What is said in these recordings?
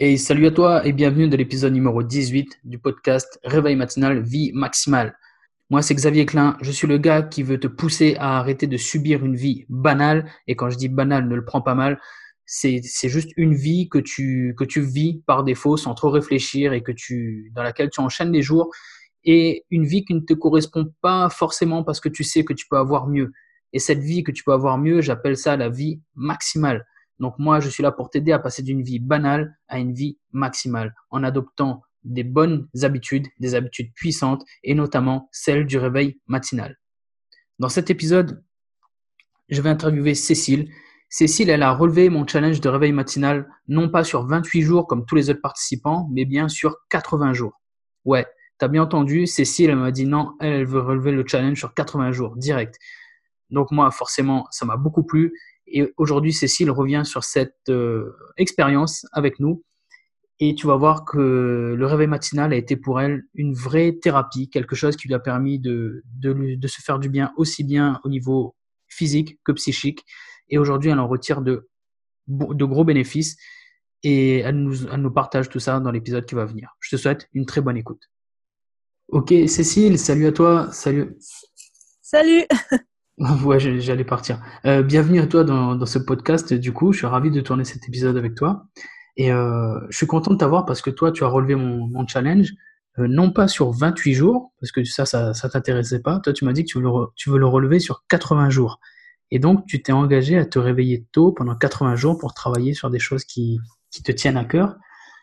Et salut à toi et bienvenue dans l'épisode numéro 18 du podcast Réveil matinal, vie maximale. Moi, c'est Xavier Klein. Je suis le gars qui veut te pousser à arrêter de subir une vie banale. Et quand je dis banale, ne le prends pas mal. C'est juste une vie que tu vis par défaut sans trop réfléchir et dans laquelle tu enchaînes les jours. Et une vie qui ne te correspond pas forcément parce que tu sais que tu peux avoir mieux. Et cette vie que tu peux avoir mieux, j'appelle ça la vie maximale. Donc moi, je suis là pour t'aider à passer d'une vie banale à une vie maximale en adoptant des bonnes habitudes, des habitudes puissantes et notamment celle du réveil matinal. Dans cet épisode, je vais interviewer Cécile. Cécile, elle a relevé mon challenge de réveil matinal non pas sur 28 jours comme tous les autres participants, mais bien sur 80 jours. Ouais, t'as bien entendu, Cécile, elle m'a dit non, elle veut relever le challenge sur 80 jours, direct. Donc moi, forcément, ça m'a beaucoup plu. Et aujourd'hui, Cécile revient sur cette expérience avec nous. Et tu vas voir que le réveil matinal a été pour elle une vraie thérapie, quelque chose qui lui a permis de se faire du bien aussi bien au niveau physique que psychique. Et aujourd'hui, elle en retire de gros bénéfices et elle nous partage tout ça dans l'épisode qui va venir. Je te souhaite une très bonne écoute. Ok, Cécile, salut à toi. Salut. Salut! Ouais, j'allais partir. Bienvenue à toi dans ce podcast. Du coup, je suis ravi de tourner cet épisode avec toi. Et je suis content de t'avoir parce que toi, tu as relevé mon challenge, non pas sur 28 jours, parce que ça t'intéressait pas. Toi, tu m'as dit que tu veux le relever sur 80 jours. Et donc, tu t'es engagé à te réveiller tôt pendant 80 jours pour travailler sur des choses qui te tiennent à cœur.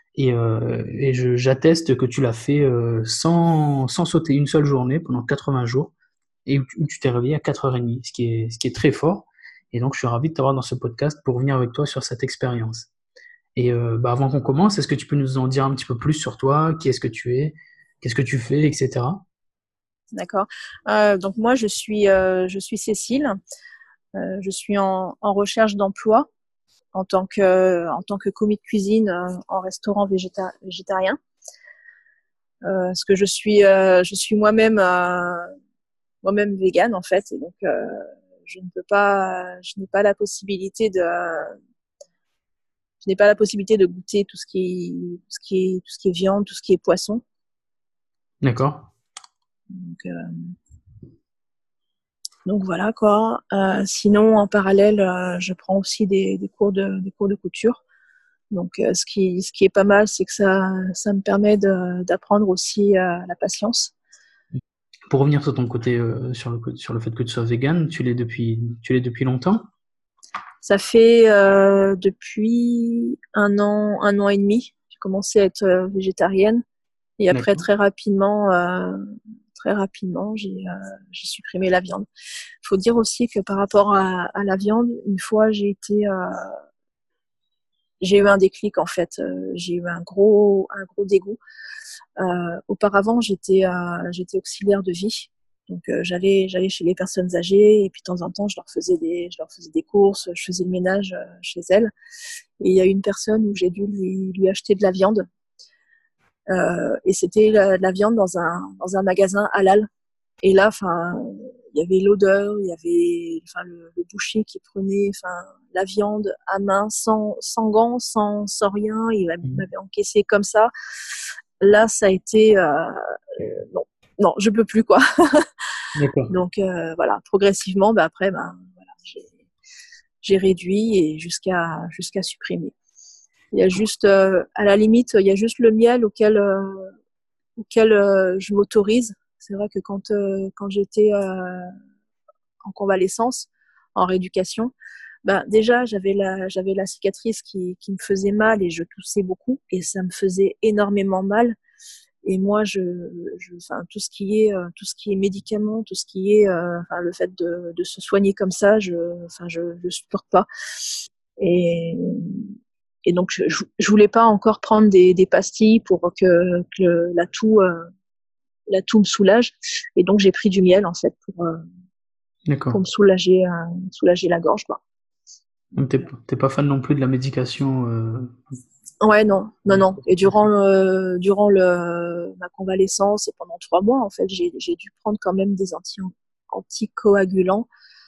Et j'atteste que tu l'as fait sans sauter une seule journée pendant 80 jours et où tu t'es réveillé à 4h30, ce qui est très fort. Et donc, je suis ravi de t'avoir dans ce podcast pour revenir avec toi sur cette expérience. Et avant qu'on commence, est-ce que tu peux nous en dire un petit peu plus sur toi? Qui est-ce que tu es? Qu'est-ce que tu fais, etc. D'accord. Donc moi, je suis Cécile. Je suis en recherche d'emploi en tant que commis de cuisine en restaurant végétarien. Parce que je suis moi-même végane en fait, et donc je n'ai pas la possibilité de goûter tout ce qui est viande, tout ce qui est poisson. D'accord? Donc, Donc voilà quoi. Sinon, en parallèle, je prends aussi des cours de couture. Donc ce qui est pas mal, c'est que ça me permet d'apprendre aussi la patience. Pour revenir sur ton côté, sur le fait que tu sois vegan, tu l'es depuis longtemps? Ça fait depuis un an et demi, j'ai commencé à être végétarienne, et après D'accord. très rapidement, j'ai supprimé la viande. Il faut dire aussi que par rapport à la viande, une fois j'ai eu un déclic en fait. J'ai eu un gros dégoût. Auparavant, j'étais auxiliaire de vie. Donc j'allais chez les personnes âgées, et puis de temps en temps je leur faisais des courses, je faisais le ménage chez elles. Et il y a une personne où j'ai dû lui acheter de la viande, et c'était la viande dans un magasin halal. Et là, enfin, il y avait l'odeur, il y avait, enfin, le boucher qui prenait, enfin, la viande à main, sans gants, sans rien. Il Mhm. m'avait encaissé comme ça. Là, ça a été, non, non, je peux plus quoi. D'accord. Donc voilà, progressivement, après, voilà, j'ai réduit, et jusqu'à supprimer. Il y a juste, à la limite, il y a juste le miel auquel je m'autorise. C'est vrai que quand j'étais en convalescence, en rééducation, déjà j'avais la cicatrice qui me faisait mal, et je toussais beaucoup, et ça me faisait énormément mal. Et moi, enfin, tout ce qui est médicaments, tout ce qui est, enfin, le fait de se soigner comme ça, je supporte pas. Et, et donc, je voulais pas encore prendre des pastilles pour que la toux me soulage. Et donc, j'ai pris du miel, en fait, pour D'accord. me soulager la gorge, quoi. Donc, t'es pas fan non plus de la médication, Ouais, non, non, non. Et durant ma convalescence, et pendant 3 mois, en fait, j'ai dû prendre quand même des anticoagulants,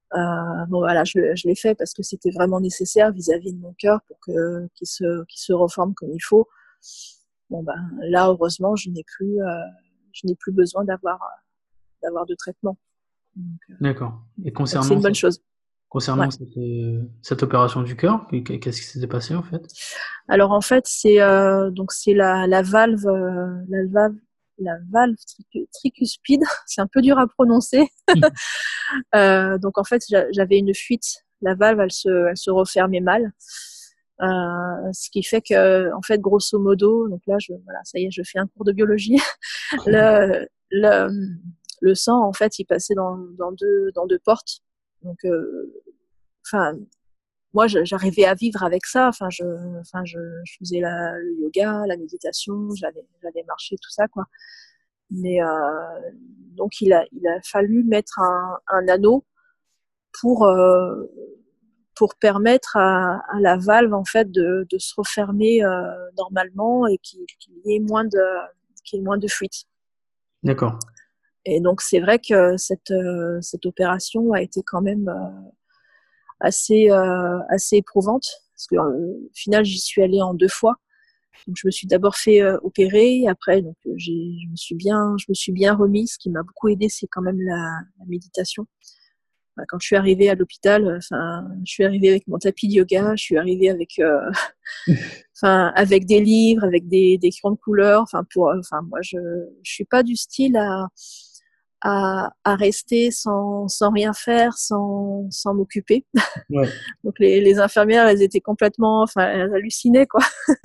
Bon voilà, je l'ai fait parce que c'était vraiment nécessaire vis-à-vis de mon cœur pour qu'il se reforme comme il faut. Bon ben là, heureusement, je n'ai plus besoin d'avoir de traitement. D'accord. Et Donc c'est une bonne chose. Ouais. concernant cette opération du cœur, qu'est-ce qui s'était passé en fait? Alors en fait, c'est la valve tricuspide. C'est un peu dur à prononcer. Donc en fait, j'avais une fuite. La valve, elle se refermait mal. Ce qui fait que, en fait, grosso modo, donc là, voilà, ça y est, je fais un cours de biologie. le, le, le sang, en fait, il passait dans deux portes. Donc, enfin, moi, j'arrivais à vivre avec ça. Je faisais le yoga, la méditation, j'allais marcher, tout ça, quoi. Mais donc, il a fallu mettre un anneau pour permettre à la valve en fait de se refermer normalement et qu'il y ait moins de fuite. D'accord. Et donc c'est vrai que cette opération a été quand même assez éprouvante parce que au final j'y suis allée en 2 fois. Donc je me suis d'abord fait opérer, après donc je me suis bien remise. Ce qui m'a beaucoup aidé, c'est quand même la méditation. Quand je suis arrivée à l'hôpital, je suis arrivée avec mon tapis de yoga, je suis arrivée avec, avec des livres, avec des crayons de couleur. Moi, je suis pas du style à rester sans rien faire, sans m'occuper. Ouais. Donc les infirmières, elles étaient complètement, elles hallucinaient quoi.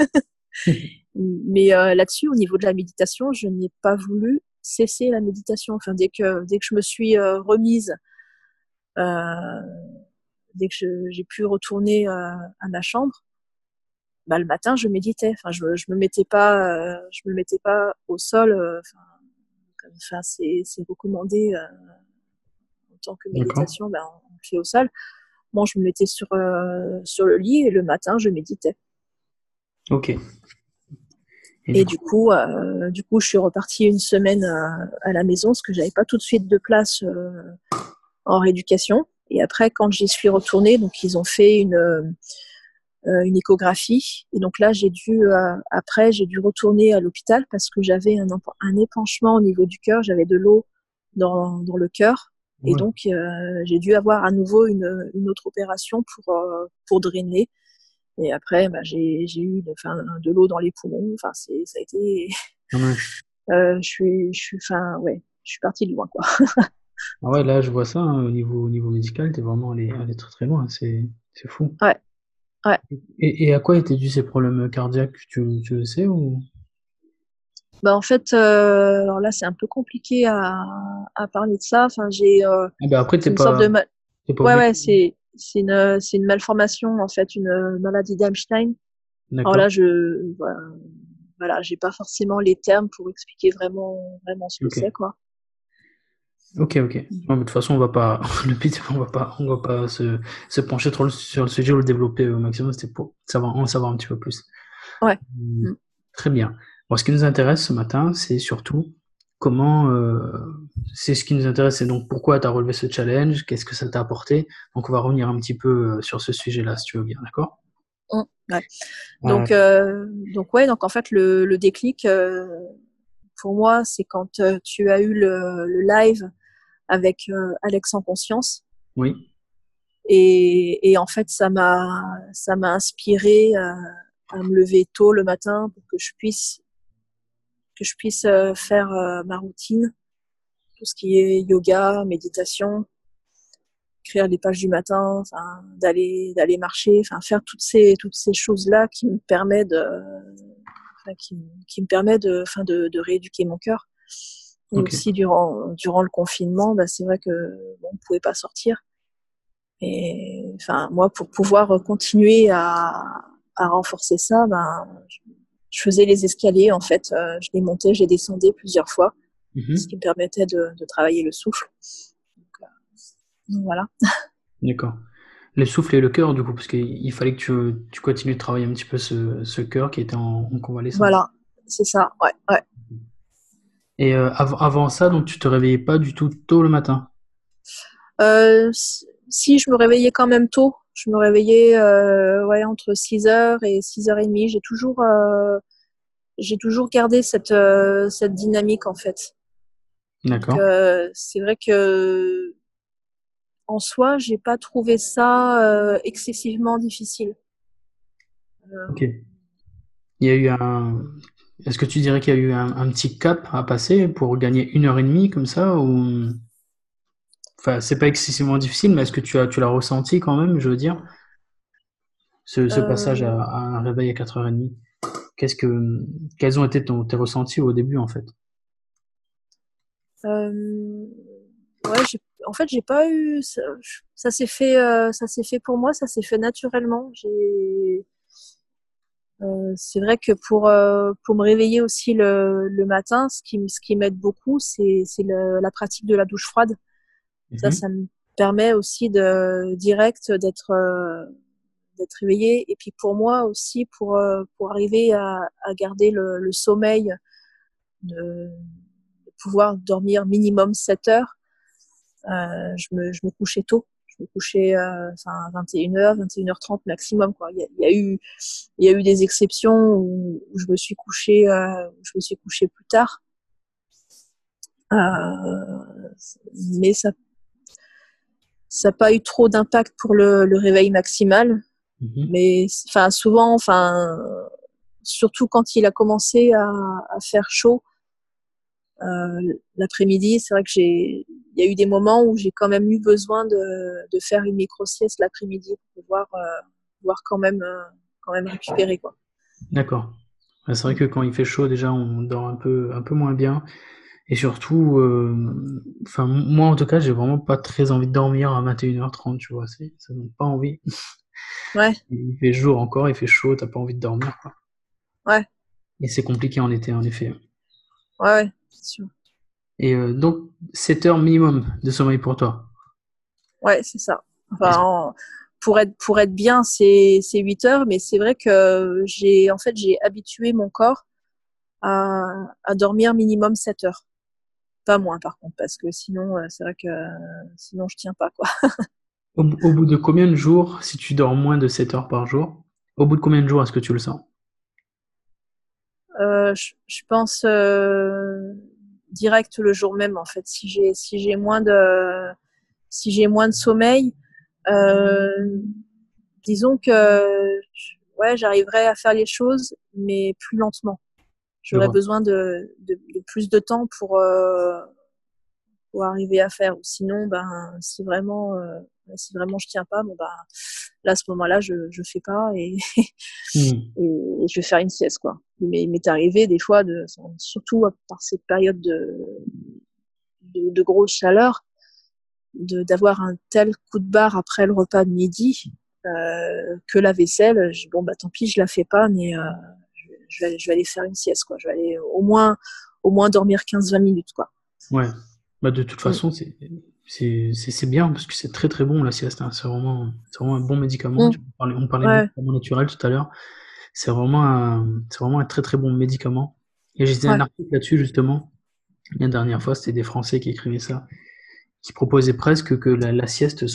Mais là-dessus, au niveau de la méditation, je n'ai pas voulu cesser la méditation. Enfin, dès que je me suis remise. Dès que j'ai pu retourner à ma chambre, bah, le matin, je méditais. Enfin, je me mettais pas au sol. C'est recommandé en tant que D'accord. méditation, ben, on le fait au sol. Moi, je me mettais sur le lit et le matin, je méditais. Ok. Et du Et coup, du coup, je suis repartie une semaine à la maison parce que j'avais pas tout de suite de place en rééducation. Et après, quand j'y suis retournée, donc ils ont fait une échographie. Et donc là, après, j'ai dû retourner à l'hôpital parce que j'avais un épanchement au niveau du cœur. J'avais de l'eau dans le cœur. Et ouais. donc, j'ai dû avoir à nouveau une autre opération pour drainer. Et après, bah, j'ai eu de l'eau dans les poumons. Enfin, ça a été. Ah ouais. Ouais, je suis partie de loin, quoi. Ah ouais, là, je vois ça, hein, au niveau médical, t'es vraiment allé très très loin, c'est fou. Ouais, ouais. Et à quoi étaient dus ces problèmes cardiaques, tu le sais ou? Bah, en fait, alors là, c'est un peu compliqué à parler de ça. Ah bah après, C'est une sorte de t'es pas ouais, obligé. ouais, c'est une malformation, en fait, une maladie d'Einstein. Alors D'accord. là, voilà, j'ai pas forcément les termes pour expliquer vraiment ce que Ok. c'est, quoi. Ok, ok. Non, mais de toute façon, on va pas, le but, on va pas se pencher trop sur le sujet ou le développer au maximum, c'était pour en savoir un petit peu plus. Ouais. Hum, Mm. Très bien. Bon, ce qui nous intéresse ce matin, c'est surtout comment, c'est ce qui nous intéresse, c'est donc pourquoi tu as relevé ce challenge, qu'est-ce que ça t'a apporté. Donc, on va revenir un petit peu sur ce sujet-là, si tu veux bien, d'accord? Mm. Ouais. Euh, Ouais, donc en fait, le déclic, pour moi, c'est quand tu as eu le live avec Alex en conscience. oui, Et en fait, ça m'a inspiré à me lever tôt le matin pour que je puisse faire ma routine, tout ce qui est yoga, méditation, écrire les pages du matin, d'aller marcher, faire toutes ces choses-là qui me permettent qui me permet de rééduquer mon cœur. Et ok, aussi durant le confinement, bah, c'est vrai que bon, on pouvait pas sortir. Et moi, pour pouvoir continuer à renforcer ça, ben, je faisais les escaliers en fait. Je les montais, je les descendais plusieurs fois, ce qui mhm, me permettait de travailler le souffle. Donc, voilà. d'accord. Le souffle et le cœur, du coup, parce qu'il fallait que tu continues de travailler un petit peu ce cœur qui était en convalescence. Voilà, c'est ça. Ouais, ouais. Et avant ça, donc tu te réveillais pas du tout tôt le matin. Euh, Si, je me réveillais quand même tôt. Je me réveillais entre 6h et 6h30. J'ai toujours gardé cette dynamique en fait. Donc D'accord. c'est vrai que en soi, j'ai pas trouvé ça excessivement difficile. Ok. Il y a eu un. Est-ce que tu dirais qu'il y a eu un petit cap à passer pour gagner 1 heure et demie comme ça ou. Enfin, c'est pas excessivement difficile, mais est-ce que tu l'as ressenti quand même, je veux dire, ce passage Euh, à un réveil à 4h30? Qu'est-ce que, quels ont été tes ressentis au début, en fait? euh, ouais, en fait, j'ai pas eu ça, ça s'est fait pour moi, ça s'est fait naturellement. C'est vrai que pour me réveiller aussi le matin, ce qui m'aide beaucoup, c'est la pratique de la douche froide. Ça Mhm. me permet aussi de direct d'être réveillée. Et puis pour moi aussi, pour arriver à garder le sommeil, de pouvoir dormir minimum 7 heures, je me couchais tôt. Je me couchais à 21h, 21h30 maximum, quoi. Il y a eu des exceptions où je me suis couchée plus tard. Mais ça n'a pas eu trop d'impact pour le réveil maximal. Mhm. Mais enfin souvent, enfin surtout quand il a commencé à faire chaud l'après-midi, c'est vrai que il y a eu des moments où j'ai quand même eu besoin de faire une micro-sieste l'après-midi pour pouvoir quand même récupérer, quoi. D'accord. Ouais, c'est vrai que quand il fait chaud, déjà, on dort un peu moins bien. Et surtout, enfin, moi, en tout cas, j'ai vraiment pas très envie de dormir à 21h30, tu vois. Ça donne pas envie. Ouais, Il fait jour encore, il fait chaud, t'as pas envie de dormir, quoi. ouais, Et c'est compliqué en été, en effet. ouais, c'est sûr. Et donc, 7 heures minimum de sommeil pour toi. Ouais, c'est ça. Est-ce Enfin, pour être bien, c'est 8 heures, mais c'est vrai que en fait, j'ai habitué mon corps à dormir minimum 7 heures. Pas moins, par contre, parce que sinon, c'est vrai que sinon, je tiens pas, quoi. Au bout de combien de jours, si tu dors moins de 7 heures par jour, au bout de combien de jours est-ce que tu le sens? Je pense direct le jour même, en fait. Si j'ai moins de sommeil, euh, disons que ouais, j'arriverai à faire les choses, mais plus lentement. Je J'aurais vois. besoin de plus de temps pour arriver à faire. Ou sinon, ben, si vraiment je tiens pas, bon, ben, là, à ce moment-là, je fais pas Hmm. et je vais faire une sieste, quoi. Mais il m'est arrivé des fois, surtout par cette période de grosse chaleur, d'avoir un tel coup de barre après le repas de midi que la vaisselle, bon, bah, tant pis, je la fais pas, mais je vais aller faire une sieste, quoi. Je vais aller au moins dormir 15-20 minutes, quoi. Ouais. Bah, de toute Mm. façon, c'est bien parce que c'est très très bon la sieste, hein. C'est vraiment un bon médicament. Mm. On parlait de Ouais, médicament naturel tout à l'heure. C'est vraiment un très très bon médicament. Et j'ai lu un ouais, article là-dessus justement. La dernière fois, c'était des Français qui écrivaient ça, qui proposaient presque que la sieste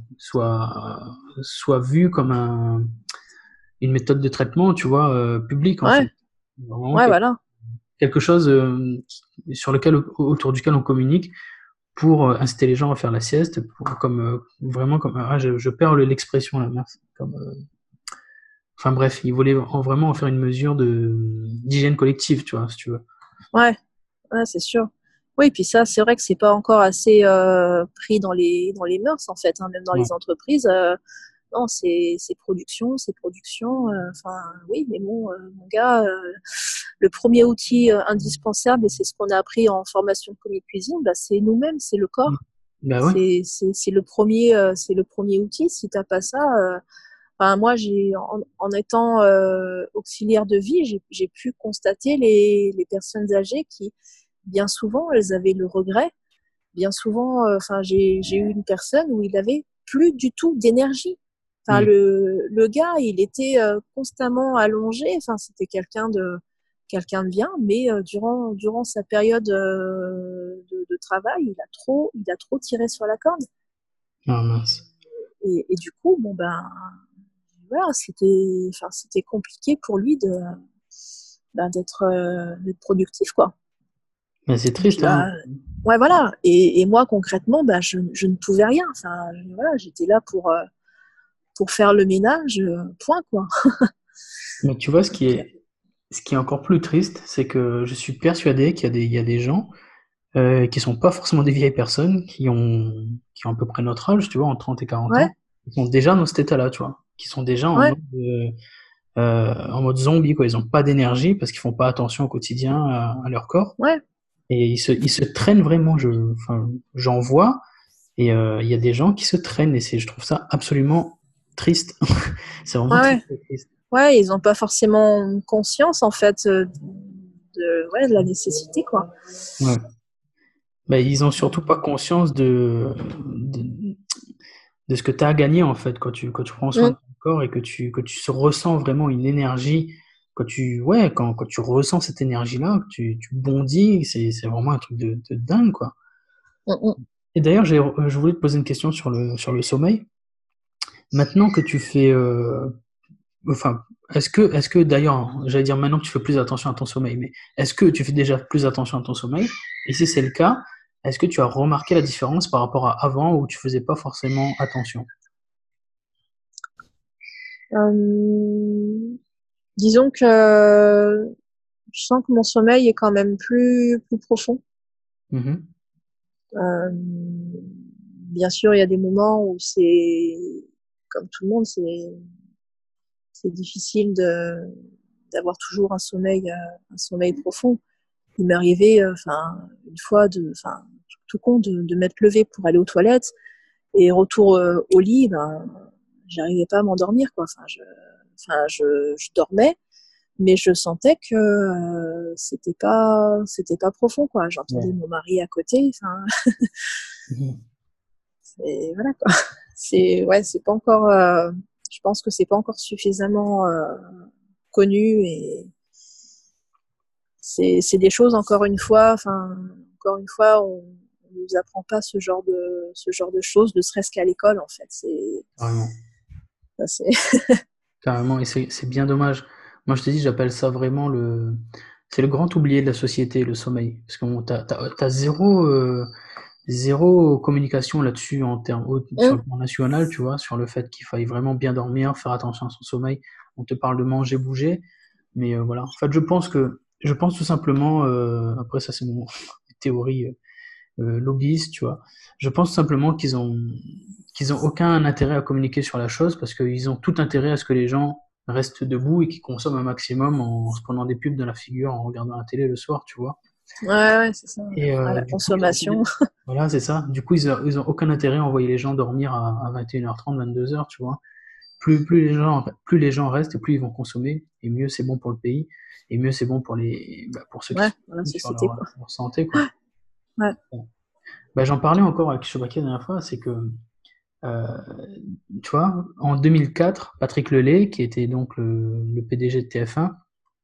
soit vue comme une méthode de traitement, tu vois, publique en ouais, fait. Vraiment ouais, voilà. quelque chose sur lequel, autour duquel on communique pour inciter les gens à faire la sieste, comme vraiment comme ah, je perds l'expression là, merci. Comme, enfin bref, ils voulaient vraiment en faire une mesure de d'hygiène collective, tu vois, si tu veux. Ouais, ouais, c'est sûr. Oui, puis ça, c'est vrai que c'est pas encore assez pris dans les mœurs, en fait, hein, même dans Ouais, les entreprises. Non, c'est production, c'est production. Enfin, oui, mais bon, mon gars, le premier outil indispensable, et c'est ce qu'on a appris en formation de commis de cuisine, bah, c'est nous-mêmes, c'est le corps. bah ouais, C'est le premier outil. Si t'as pas ça, enfin, moi, en étant auxiliaire de vie, j'ai pu constater les personnes âgées qui, bien souvent, elles avaient le regret. Bien souvent, enfin, j'ai eu une personne où il avait plus du tout d'énergie. Enfin, hmm. le gars, il était constamment allongé. Enfin, c'était quelqu'un de bien, mais durant sa période de travail, il a trop tiré sur la corde. Ah mince. Et du coup, bon ben voilà, c'était compliqué pour lui d'être productif, quoi. Mais c'est Et puis triste, hein. ouais, voilà. Et moi concrètement, je ne pouvais rien. Enfin, voilà, j'étais là pour faire le ménage, point, quoi. Mais tu vois, ce qui est encore plus triste, c'est que je suis persuadé qu'il y a des gens qui sont pas forcément des vieilles personnes, qui ont à peu près notre âge, tu vois, entre 30 et 40 Ouais, ans, qui sont déjà dans cet état-là, tu vois, qui sont déjà ouais, en mode zombie, quoi. Ils ont pas d'énergie parce qu'ils font pas attention au quotidien à leur corps. ouais, Et ils se traînent vraiment. Enfin, j'en vois, et il y a des gens qui se traînent, et je trouve ça absolument triste. C'est vraiment ouais, très, ouais. très triste. Ouais, ils n'ont pas forcément conscience, en fait, de la nécessité, quoi. Ouais. Bah, ils ont surtout pas conscience de ce que tu as à gagner, en fait, quand tu prends soin Mm, de ton corps et que tu ressens vraiment une énergie, ouais, quand tu ressens cette énergie-là, que tu bondis, c'est vraiment un truc de dingue, quoi. mm, mm. Et d'ailleurs, je voulais te poser une question sur le sommeil. Maintenant que tu fais, enfin, est-ce que d'ailleurs, j'allais dire maintenant que tu fais plus attention à ton sommeil, mais est-ce que tu fais déjà plus attention à ton sommeil? Et si c'est le cas, est-ce que tu as remarqué la différence par rapport à avant où tu faisais pas forcément attention? Euh, Disons que je sens que mon sommeil est quand même plus profond. Mhm. Euh, Bien sûr, il y a des moments où comme tout le monde, c'est difficile d'avoir toujours un sommeil profond. Il m'est arrivé, une fois tout con, de m'être levée pour aller aux toilettes et retour au lit, ben, j'arrivais pas à m'endormir, quoi. Je dormais, mais je sentais que c'était pas profond, quoi. J'entendais Ouais. mon mari à côté. Enfin, Mhm. et voilà, quoi. Ouais, c'est pas encore. Je pense que c'est pas encore suffisamment connu, et c'est des choses, encore une fois, on nous apprend pas ce genre de choses, ne serait-ce qu'à l'école, en fait. Carrément. Ça, c'est Carrément, et c'est bien dommage. Moi, je te dis, j'appelle ça vraiment c'est le grand oublié de la société, le sommeil. Parce que bon, t'as zéro communication là-dessus sur le plan national, tu vois, sur le fait qu'il faille vraiment bien dormir, faire attention à son sommeil. On te parle de manger, bouger, mais voilà. En fait, je pense tout simplement, après ça c'est mon théorie lobbyiste, tu vois. Je pense simplement qu'ils ont aucun intérêt à communiquer sur la chose parce qu'ils ont tout intérêt à ce que les gens restent debout et qu'ils consomment un maximum en se prenant des pubs dans la figure, en regardant la télé le soir, tu vois. ouais, ouais, c'est ça. Et Ouais, la du coup, ils ont consommation. voilà, c'est ça. Du coup, ils ont aucun intérêt à envoyer les gens dormir à 21h30, 22h, tu vois. Plus les gens restent et plus ils vont consommer, et mieux c'est bon pour le pays, et mieux c'est bon pour ceux qui Ouais, sont dans la sur société, leur, quoi. leur santé, quoi. Ouais. Bon. Bah, j'en parlais encore avec Chewbacca la dernière fois, c'est que, euh, tu vois, en 2004, Patrick Lelay, qui était donc le PDG de TF1,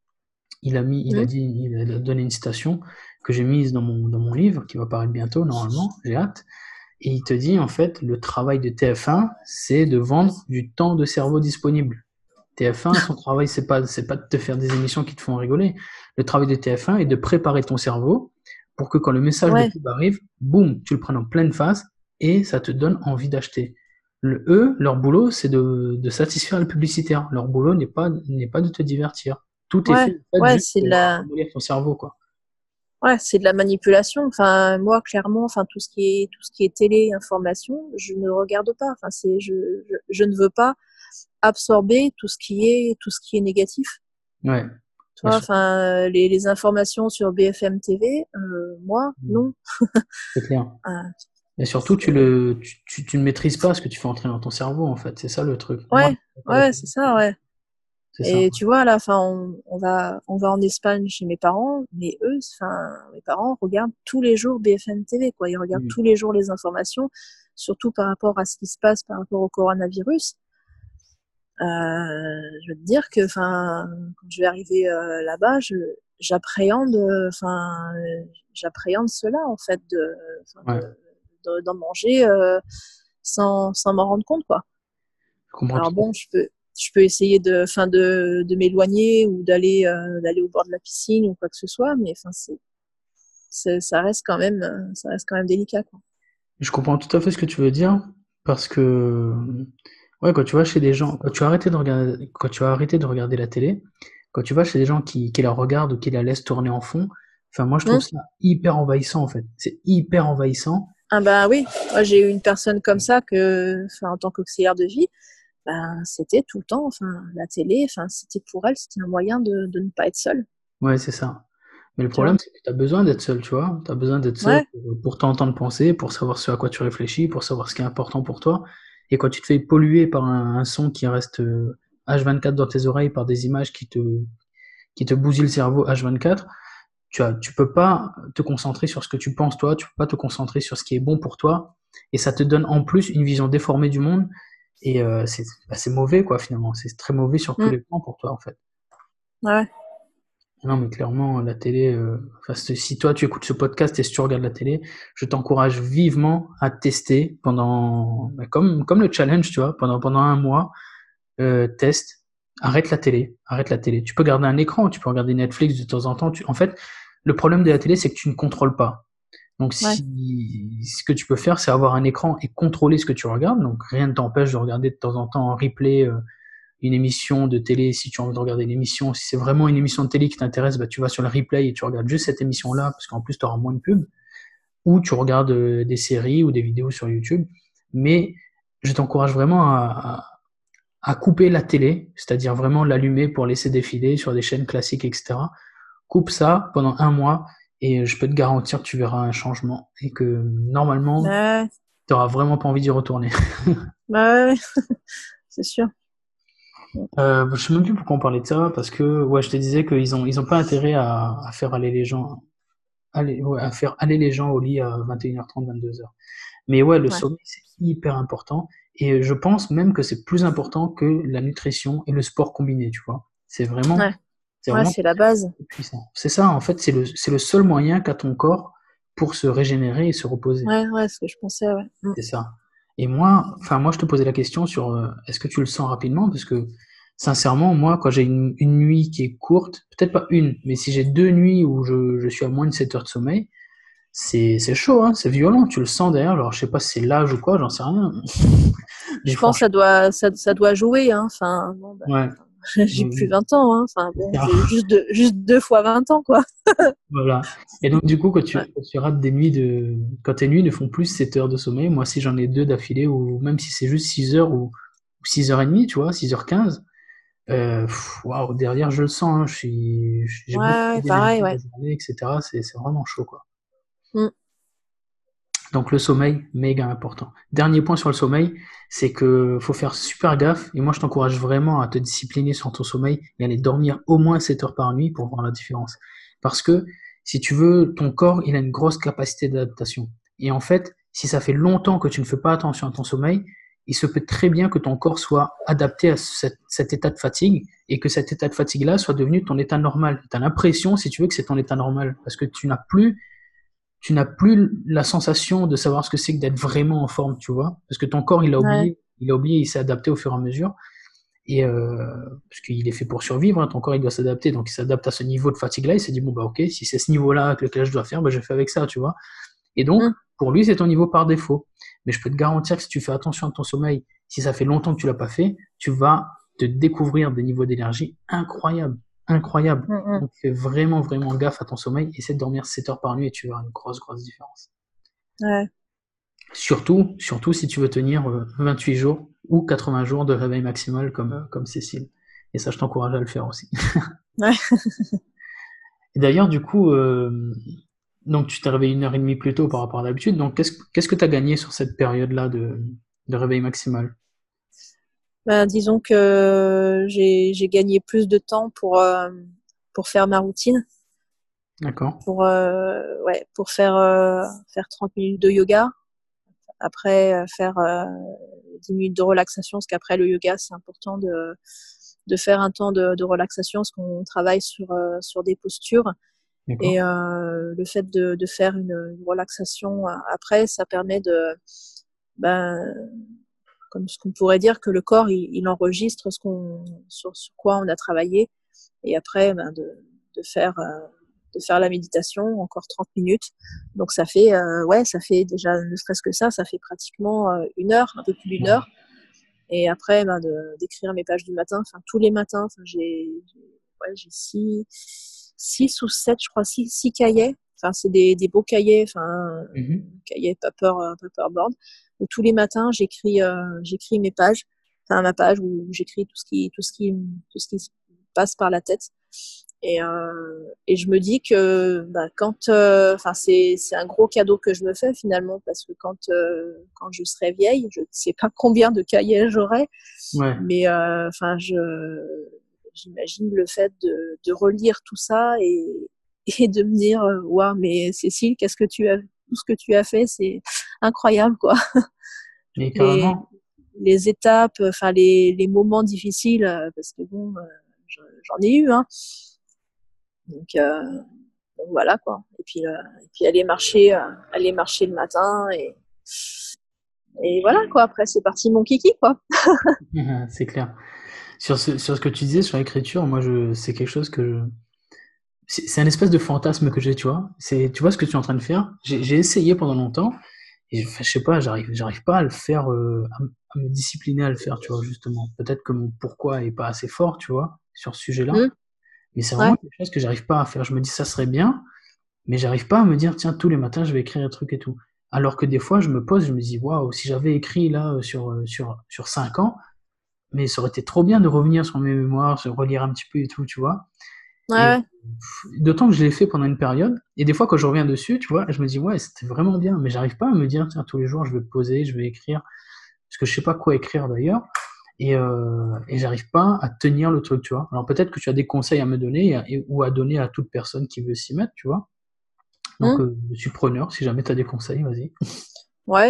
Mm. il a donné une citation que j'ai mise dans mon livre, qui va paraître bientôt, normalement, j'ai hâte. Et il te dit, en fait, le travail de TF1, c'est de vendre du temps de cerveau disponible. TF1, son travail, c'est pas de te faire des émissions qui te font rigoler. Le travail de TF1 est de préparer ton cerveau pour que quand le message de Ouais, pub arrive, boum, tu le prennes en pleine face et ça te donne envie d'acheter. Eux, leur boulot, c'est de satisfaire le publicitaire. Leur boulot n'est pas de te divertir. Tout est ouais, fait, en fait, ouais, juste pour ramollir ton cerveau, quoi. ouais, c'est de la manipulation. Enfin, moi, clairement, tout ce qui est télé, information, je ne regarde pas. Enfin, je ne veux pas absorber tout ce qui est négatif. Ouais. Tu Bah, vois, enfin, les informations sur BFM TV, moi, non. c'est clair. Ah, Et surtout, tu, c'est- le, tu ne maîtrises pas ce que tu fais entrer dans ton cerveau, en fait. C'est ça le truc. Moi, ouais, je suis d'accord ouais, avec c'est toi. ça, ouais. C'est ça. Et tu vois, là, enfin, on va en Espagne chez mes parents, mais eux, enfin, mes parents regardent tous les jours BFM TV, quoi. Ils regardent Mm. tous les jours les informations, surtout par rapport à ce qui se passe par rapport au coronavirus. Je veux te dire que, enfin, quand je vais arriver là-bas, j'appréhende, j'appréhende cela, en fait, Ouais. d'en manger sans m'en rendre compte, quoi. Je comprends Alors tout à bon, je peux essayer de m'éloigner ou d'aller au bord de la piscine ou quoi que ce soit, mais enfin, ça reste quand même délicat, quoi. Je comprends tout à fait ce que tu veux dire, parce que, ouais, quand tu vas chez des gens, quand tu as arrêté de regarder la télé, quand tu vas chez des gens qui la regardent ou qui la laissent tourner en fond, enfin, moi, je trouve Hum. ça hyper envahissant, en fait. C'est hyper envahissant. Ah bah oui, moi j'ai eu une personne comme ça enfin, en tant qu'auxiliaire de vie, ben, c'était tout le temps, enfin, la télé, enfin, c'était pour elle, c'était un moyen de ne pas être seule, Ouais, c'est ça. Mais le tu problème, vois. c'est que tu as besoin d'être seul, tu vois. Tu as besoin d'être seul Ouais, pour t'entendre penser, pour savoir ce à quoi tu réfléchis, pour savoir ce qui est important pour toi. Et quand tu te fais polluer par un son qui reste H24 dans tes oreilles, par des images qui te bousillent le cerveau H24, tu peux pas te concentrer sur ce que tu penses toi, tu peux pas te concentrer sur ce qui est bon pour toi. Et ça te donne en plus une vision déformée du monde. Et c'est mauvais, quoi, finalement. C'est très mauvais sur tous hum, les plans pour toi, en fait. ouais, Non, mais clairement, la télé, enfin, si toi tu écoutes ce podcast et si tu regardes la télé, je t'encourage vivement à tester bah, comme le challenge, tu vois, pendant un mois, teste, arrête la télé. Tu peux garder un écran, tu peux regarder Netflix de temps en temps. En fait, le problème de la télé, c'est que tu ne contrôles pas. Donc, ouais, ce que tu peux faire, c'est avoir un écran et contrôler ce que tu regardes. Donc, rien ne t'empêche de regarder de temps en temps en replay une émission de télé, si tu as envie de regarder l'émission, si c'est vraiment une émission de télé qui t'intéresse, bah, tu vas sur le replay et tu regardes juste cette émission-là, parce qu'en plus, tu auras moins de pubs, ou tu regardes des séries ou des vidéos sur YouTube. Mais je t'encourage vraiment à couper la télé, c'est-à-dire vraiment l'allumer pour laisser défiler sur des chaînes classiques, etc. Coupe ça pendant un mois et je peux te garantir que tu verras un changement et que normalement, ouais, tu n'auras vraiment pas envie d'y retourner. ouais, ouais, c'est sûr. Je sais même plus pourquoi on parlait de ça, parce que ouais, je te disais ils ont pas intérêt à faire aller les gens, à faire aller les gens au lit à 21h30, 22h. Mais ouais, le Ouais, sommeil, c'est hyper important. Et je pense même que c'est plus important que la nutrition et le sport combiné, tu vois. ouais, C'est ouais, vraiment c'est la base. puissant. C'est ça, en fait, c'est le seul moyen qu'a ton corps pour se régénérer et se reposer. Ouais, ouais, ce que je pensais, ouais. C'est ça. Et moi, enfin, moi, je te posais la question sur est-ce que tu le sens rapidement? Parce que, sincèrement, moi, quand j'ai une nuit qui est courte, peut-être pas une, mais si j'ai 2 nuits où je suis à moins de 7 heures de sommeil, c'est chaud, hein, c'est violent, tu le sens derrière, alors je sais pas si c'est l'âge ou quoi, j'en sais rien. Mais Je pense que franchement, ça doit jouer, hein. Enfin, bon, bah, ouais. j'ai plus 20 ans, hein. Enfin, bon, j'ai Alors, juste 2 fois 20 ans, quoi. voilà. Et donc, du coup, Ouais. quand tu rates des nuits quand tes nuits ne font plus 7 heures de sommeil, moi, si j'en ai deux d'affilée, ou même si c'est juste 6 heures ou 6h30, tu vois, 6h15. Waouh, derrière, je le sens, hein, j'ai Ouais, beaucoup ouais, d'énergie pareil, la ouais. journée, etc. C'est vraiment chaud, quoi. Mm. Donc, le sommeil, méga important. Dernier point sur le sommeil, c'est que faut faire super gaffe. Et moi, je t'encourage vraiment à te discipliner sur ton sommeil et aller dormir au moins 7 heures par nuit pour voir la différence. Parce que, si tu veux, ton corps, il a une grosse capacité d'adaptation. Et en fait, si ça fait longtemps que tu ne fais pas attention à ton sommeil, il se peut très bien que ton corps soit adapté à cet état de fatigue et que cet état de fatigue-là soit devenu ton état normal. Tu as l'impression, si tu veux, que c'est ton état normal parce que tu n'as plus la sensation de savoir ce que c'est que d'être vraiment en forme, tu vois, parce que ton corps, Ouais. il s'est adapté au fur et à mesure et parce qu'il est fait pour survivre, hein, ton corps il doit s'adapter, donc il s'adapte à ce niveau de fatigue-là, il s'est dit bon bah ok, si c'est ce niveau-là avec lequel je dois faire, bah, je fais avec ça, tu vois. Et donc, Mm. pour lui, c'est ton niveau par défaut. Mais je peux te garantir que si tu fais attention à ton sommeil, si ça fait longtemps que tu l'as pas fait, tu vas te découvrir des niveaux d'énergie incroyables. Incroyables. Mm, mm. Donc, fais vraiment, vraiment gaffe à ton sommeil. Essaie de dormir 7 heures par nuit et tu verras une grosse, grosse différence. Ouais. Surtout si tu veux tenir 28 jours ou 80 jours de réveil maximal comme Cécile. Et ça, je t'encourage à le faire aussi. Ouais. Et d'ailleurs, du coup, donc tu t'es réveillé 1h30 plus tôt par rapport à d'habitude. Donc, qu'est-ce que tu as gagné sur cette période-là de réveil maximal? Ben, disons que j'ai gagné plus de temps pour faire ma routine, D'accord. pour faire 30 minutes de yoga, après faire 10 minutes de relaxation, parce qu'après le yoga, c'est important de faire un temps de relaxation, parce qu'on travaille sur des postures. D'accord. Et le fait de faire une relaxation après, ça permet ben, comme ce qu'on pourrait dire que le corps, il enregistre sur quoi on a travaillé. Et après, de faire, de faire la méditation, encore 30 minutes. Donc ça fait, ça fait déjà, ne serait-ce que ça fait pratiquement 1 heure, un peu plus d'une heure. Et après, d'écrire mes pages du matin, enfin tous les matins, j'ai 6 ou 7, je crois, 6 cahiers. Enfin, c'est des beaux cahiers, cahiers paperboard, où tous les matins j'écris mes pages, enfin ma page où j'écris tout ce qui se passe par la tête. Et je me dis que c'est un gros cadeau que je me fais finalement, parce que quand je serai vieille, je ne sais pas combien de cahiers j'aurai, Ouais. mais j'imagine le fait de relire tout ça et de me dire waouh, mais Cécile, tout ce que tu as fait, c'est incroyable, quoi. Mais les carrément. les étapes, enfin les moments difficiles, parce que bon, j'en ai eu, hein. Donc voilà, quoi. Et puis aller marcher le matin, et voilà, quoi. Après c'est parti mon kiki, quoi. C'est clair. Sur ce que tu disais sur l'écriture, moi, c'est quelque chose c'est un espèce de fantasme que j'ai, tu vois. Tu vois ce que tu es en train de faire? J'ai essayé pendant longtemps, et enfin, je sais pas, j'arrive pas à le faire, à me discipliner à le faire, tu vois, justement. Peut-être que mon pourquoi est pas assez fort, tu vois, sur ce sujet-là. Mmh, Mais c'est vraiment ouais. quelque chose que j'arrive pas à faire. Je me dis, ça serait bien, mais j'arrive pas à me dire, tiens, tous les matins, je vais écrire un truc et tout. Alors que des fois, je me pose, je me dis, waouh, si j'avais écrit là sur 5 ans, mais ça aurait été trop bien de revenir sur mes mémoires, de relire un petit peu et tout, tu vois. Ouais, Et ouais. d'autant que je l'ai fait pendant une période, et des fois, quand je reviens dessus, tu vois, je me dis, ouais, c'était vraiment bien, mais j'arrive pas à me dire, tiens, tous les jours, je vais me poser, je vais écrire, parce que je sais pas quoi écrire d'ailleurs, et j'arrive pas à tenir le truc, tu vois. Alors peut-être que tu as des conseils à me donner, ou à donner à toute personne qui veut s'y mettre, tu vois. Donc, Mmh. je suis preneur, si jamais tu as des conseils, vas-y. Ouais,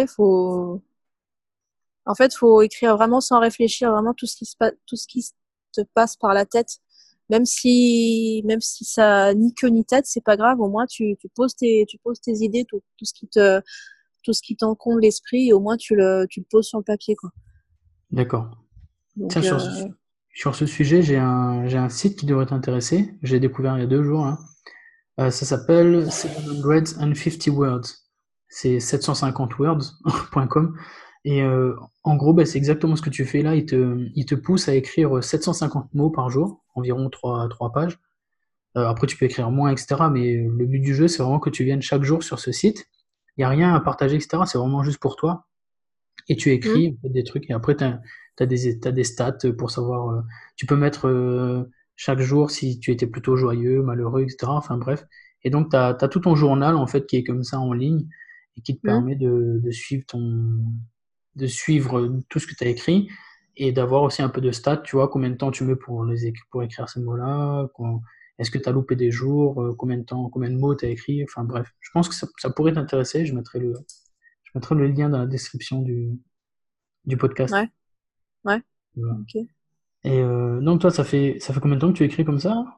en fait, faut écrire vraiment sans réfléchir, vraiment tout ce qui te passe par la tête. Même si ça ni queue ni tête, c'est pas grave. Au moins, tu poses tes idées, tout ce qui t'encombre l'esprit, et au moins, tu le poses sur le papier, quoi. D'accord. Tiens, Donc, sur ce sujet, j'ai un site qui devrait t'intéresser. J'ai découvert il y a 2 jours, hein. Ça s'appelle 750 words. C'est 750 words.com. Et en gros, bah, c'est exactement ce que tu fais là. Il te pousse à écrire 750 mots par jour, environ 3 pages. Après, tu peux écrire moins, etc. Mais le but du jeu, c'est vraiment que tu viennes chaque jour sur ce site. Il n'y a rien à partager, etc. C'est vraiment juste pour toi. Et tu mmh, écris des trucs. Et après, t'as des stats pour savoir. Tu peux mettre chaque jour si tu étais plutôt joyeux, malheureux, etc. Enfin bref. Et donc, t'as tout ton journal en fait qui est comme ça en ligne et qui te mmh, permet de suivre tout ce que tu as écrit et d'avoir aussi un peu de stats. Tu vois, combien de temps tu mets pour écrire ces mots-là, est-ce que tu as loupé des jours, combien de mots tu as écrit. Enfin bref, je pense que ça pourrait t'intéresser. Je mettrai le lien dans la description du podcast. ouais, ouais, Voilà. ok. Et donc toi, ça fait combien de temps que tu écris comme ça?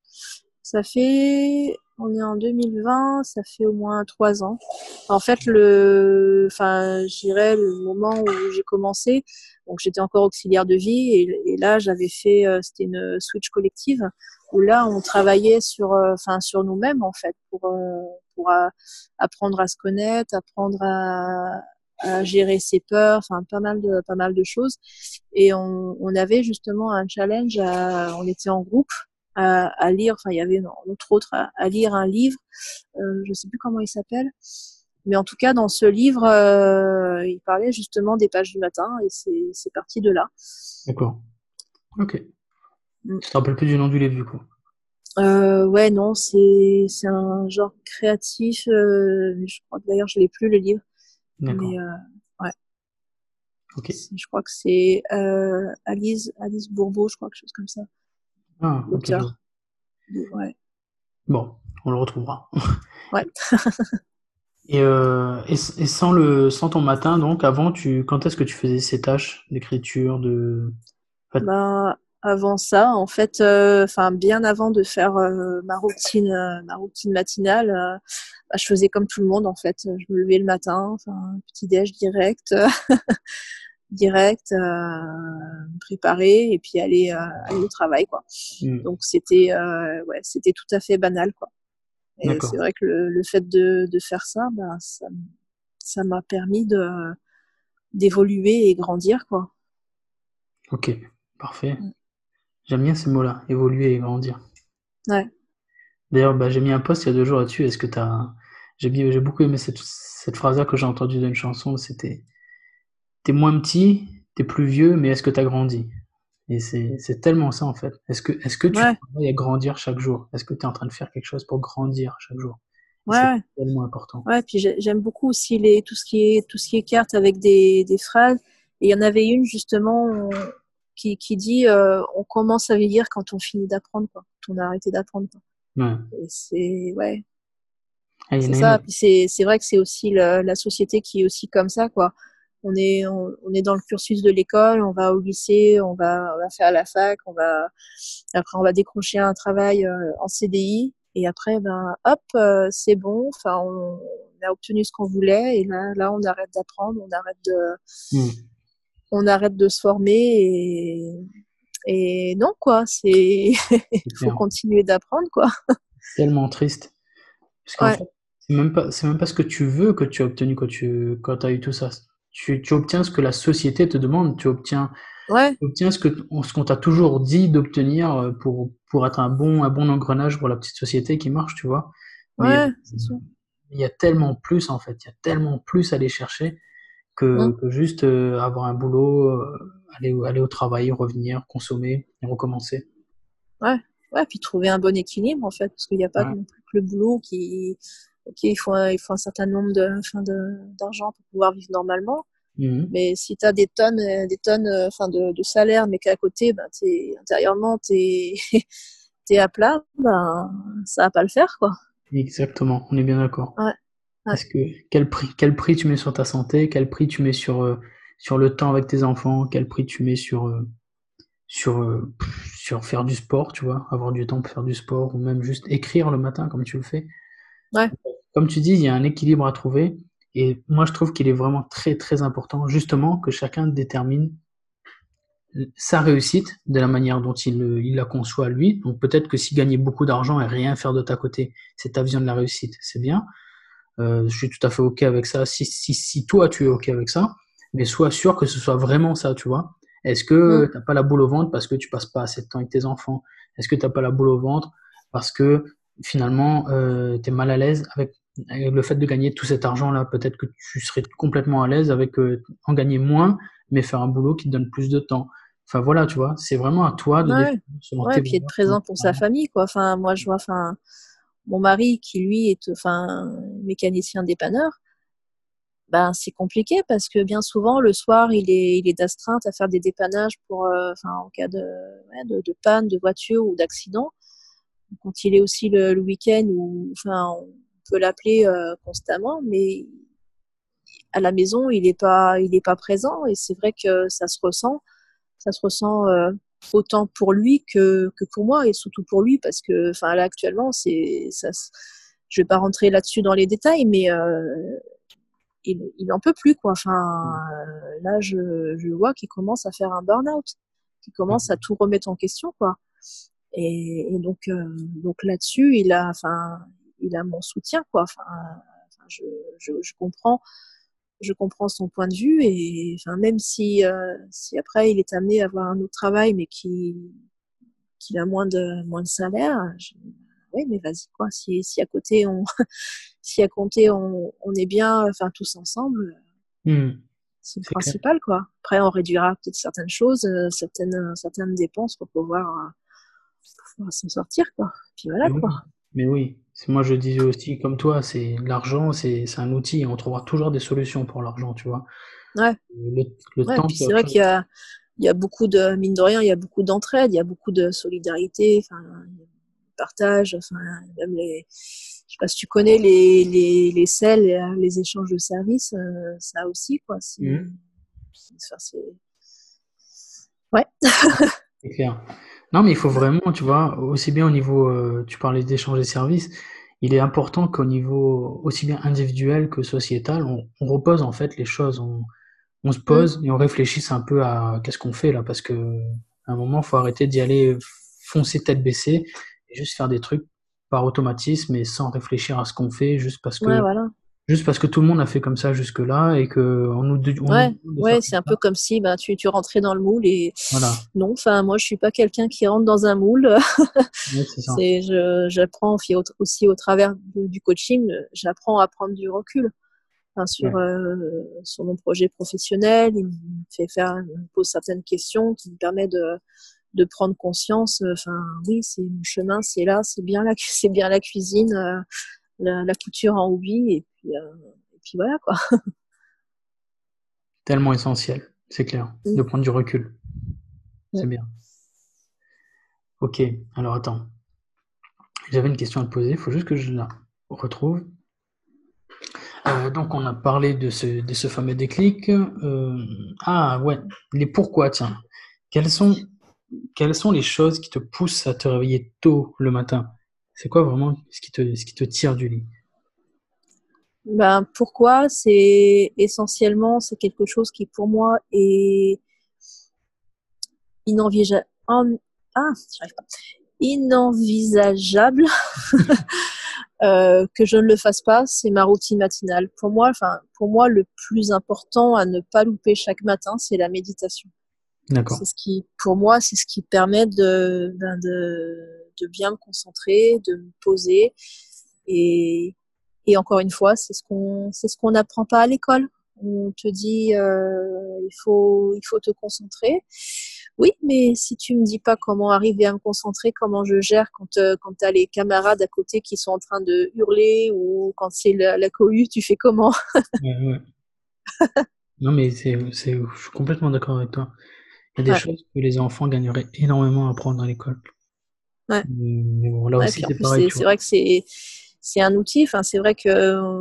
On est en 2020, ça fait au moins 3 ans. En fait, je dirais le moment où j'ai commencé, donc j'étais encore auxiliaire de vie, et là j'avais fait, c'était une switch collective où là on travaillait sur nous-mêmes en fait, pour apprendre à se connaître, apprendre à gérer ses peurs, enfin pas mal de choses. Et on avait justement un challenge, on était en groupe à lire, enfin il y avait entre autres à lire un livre, je sais plus comment il s'appelle, mais en tout cas dans ce livre, il parlait justement des pages du matin, et c'est parti de là. D'accord. Ok. Mm. Tu te rappelles plus du nom du livre du coup. Ouais, non, c'est un genre créatif, mais je crois que d'ailleurs je l'ai plus le livre, D'accord. mais ouais, Ok. je crois que c'est Alice Bourbeau, je crois, quelque chose comme ça, Ah, ok, je vois. l'auteur. Ouais, Bon, on le retrouvera. ouais. Et sans ton matin, donc, avant, quand est-ce que tu faisais ces tâches d'écriture, de... En fait, Ben, Avant ça, en fait, bien avant de faire ma routine matinale, je faisais comme tout le monde, en fait. Je me levais le matin, petit déj direct, me préparer et puis aller au travail, quoi. Donc c'était tout à fait banal, quoi. Et D'accord. c'est vrai que le fait de faire ça, ça m'a permis d'évoluer et grandir, quoi. Ok, parfait. J'aime bien ces mots-là, évoluer et grandir. Ouais. D'ailleurs, j'ai mis un post il y a 2 jours là-dessus. Est-ce que j'ai beaucoup aimé cette phrase-là que j'ai entendue dans une chanson. C'était t'es moins petit, t'es plus vieux, mais est-ce que t'as grandi? Et c'est tellement ça en fait. Est-ce que tu Ouais. travailles à grandir chaque jour? Est-ce que tu es en train de faire quelque chose pour grandir chaque jour? Et c'est Ouais. tellement important. Ouais, puis j'aime beaucoup aussi tout ce qui est cartes avec des phrases. Et il y en avait une justement qui dit on commence à vieillir quand on finit d'apprendre, quoi. Quand on a arrêté d'apprendre, quoi. Ouais. Et Ah, il y en c'est a une ça. autre. Puis c'est vrai que c'est aussi la société qui est aussi comme ça, quoi. On est dans le cursus de l'école, on va au lycée, on va faire la fac, après on va décrocher un travail en CDI. Et après, hop, c'est bon. On a obtenu ce qu'on voulait. Et là, on arrête d'apprendre, Hmm. on arrête de se former. Et non, quoi. Il C'est faut clair. continuer d'apprendre, quoi. Tellement triste. Parce qu'en Ouais, fait, c'est même pas ce que tu veux que tu as obtenu quand tu as eu tout ça. Tu obtiens ce que la société te demande. ouais, Tu obtiens ce qu'on t'a toujours dit d'obtenir pour être un bon engrenage pour la petite société qui marche, tu vois. Mais ouais, c'est sûr. il y a tellement plus en fait. Il y a tellement plus à aller chercher que, Hum, que juste avoir un boulot, aller au travail, revenir, consommer et recommencer. ouais, ouais. Puis trouver un bon équilibre, en fait. Parce qu'il n'y a pas Ouais. non plus que le boulot qui. Ok, il faut un certain nombre d'argent pour pouvoir vivre normalement. Mhm. Mais si tu as des tonnes de salaire, mais qu'à côté, intérieurement, t'es à plat, ça va pas le faire, quoi. Exactement, on est bien d'accord. Ouais, ouais, Est-ce que quel prix tu mets sur ta santé, quel prix tu mets sur le temps avec tes enfants, quel prix tu mets sur faire du sport, tu vois, avoir du temps pour faire du sport, ou même juste écrire le matin comme tu le fais. ouais, Comme tu dis, il y a un équilibre à trouver, et moi je trouve qu'il est vraiment très très important, justement, que chacun détermine sa réussite de la manière dont il la conçoit lui. Donc peut-être que si gagner beaucoup d'argent et rien faire de ta côté, c'est ta vision de la réussite, c'est bien. Je suis tout à fait OK avec ça. Si toi, tu es OK avec ça, mais sois sûr que ce soit vraiment ça, tu vois. Est-ce hum, que t'as pas la boule au ventre parce que tu passes pas assez de temps avec tes enfants? Est-ce que t'as pas la boule au ventre parce que finalement, tu es mal à l'aise avec le fait de gagner tout cet argent-là? Peut-être que tu serais complètement à l'aise avec en gagner moins, mais faire un boulot qui te donne plus de temps. Enfin voilà, tu vois, c'est vraiment à toi de ouais, définir selon tes ouais. Puis être valeurs, selon présent tes pour sa parents. famille, quoi. Moi, je vois, mon mari qui lui est, mécanicien dépanneur. C'est compliqué parce que bien souvent le soir il est d'astreinte à faire des dépannages en cas de panne de voiture ou d'accident. Quand il est aussi le week-end où on peut l'appeler constamment, mais à la maison il est pas présent et c'est vrai que ça se ressent autant pour lui que pour moi et surtout pour lui parce que là actuellement c'est ça. Je vais pas rentrer là-dessus dans les détails, mais il en peut plus, quoi. Là, je vois qu'il commence à faire un burn-out, qu'il commence à tout remettre en question, quoi. Et donc là-dessus, il a mon soutien, quoi. Je, je comprends son point de vue et même si après il est amené à avoir un autre travail, mais qu'il a moins de salaire, oui, mais vas-y, quoi. Si à côté si à côté on est bien, tous ensemble, Hmm, c'est le c'est clair. principal, quoi. Après, on réduira peut-être certaines choses, certaines dépenses pour pouvoir s'en sortir, quoi. Puis voilà, Mais quoi. oui, mais oui. Moi, je disais aussi, comme toi, c'est l'argent, c'est un outil, et on trouvera toujours des solutions pour l'argent, tu vois. Ouais, Le, le ouais. temps, Puis c'est c'est autre vrai chose. il y a beaucoup mine de rien, il y a beaucoup d'entraide, il y a beaucoup de solidarité, partage, même je sais pas si tu connais les SEL, les échanges de services, ça aussi, quoi. Mhm. C'est, ouais. C'est clair. Non, mais il faut vraiment, tu vois, aussi bien au niveau, tu parlais d'échange des services, il est important qu'au niveau aussi bien individuel que sociétal, on repose en fait les choses, on se Mm. pose et on réfléchisse un peu à qu'est-ce qu'on fait là, parce que à un moment, faut arrêter d'y aller foncer tête baissée et juste faire des trucs par automatisme et sans réfléchir à ce qu'on fait, Ouais, voilà. juste parce que tout le monde a fait comme ça jusque-là et que on nous Ouais, demande de faire ouais, comme c'est un ça. peu comme si bah, tu rentrais dans le moule et Voilà, non, enfin, moi, je suis pas quelqu'un qui rentre dans un moule. ouais, c'est ça. J'apprends aussi au travers du coaching, j'apprends à prendre du recul. Enfin, Ouais. sur mon projet professionnel, il me il me pose certaines questions qui me permettent de prendre conscience. Enfin, oui, c'est mon chemin, c'est là, c'est bien la cuisine, la couture en hobby, et puis voilà quoi. Tellement essentiel, c'est clair, de prendre du recul. C'est bien. Ok, alors attends. J'avais une question à te poser, il faut juste que je la retrouve. Donc on a parlé de ce fameux déclic. Ah ouais, les pourquoi, tiens. Quelles sont, quelles sont les choses qui te poussent à te réveiller tôt le matin? C'est quoi vraiment ce qui te tire du lit? Ben, pourquoi? C'est essentiellement, c'est quelque chose qui pour moi est inenvisageable. J'arrive pas. Inenvisageable que je ne le fasse pas, c'est ma routine matinale. Pour moi, le plus important à ne pas louper chaque matin, c'est la méditation. D'accord. Pour moi, c'est ce qui permet de bien me concentrer, de me poser. Et, et encore une fois, c'est ce qu'on n'apprend pas à l'école. On te dit, il faut te concentrer. Oui, mais si tu me dis pas comment arriver à me concentrer, comment je gère quand t'as les camarades à côté qui sont en train de hurler ou quand c'est la cohue, tu fais comment? Ouais, ouais. Non mais je suis complètement d'accord avec toi. Il y a des Ouais, choses que les enfants gagneraient énormément à apprendre à l'école. ouais. Mais bon, là Ouais, aussi puis en c'est plus, pareil, tu c'est vois. vrai que c'est un outil. Enfin, c'est vrai que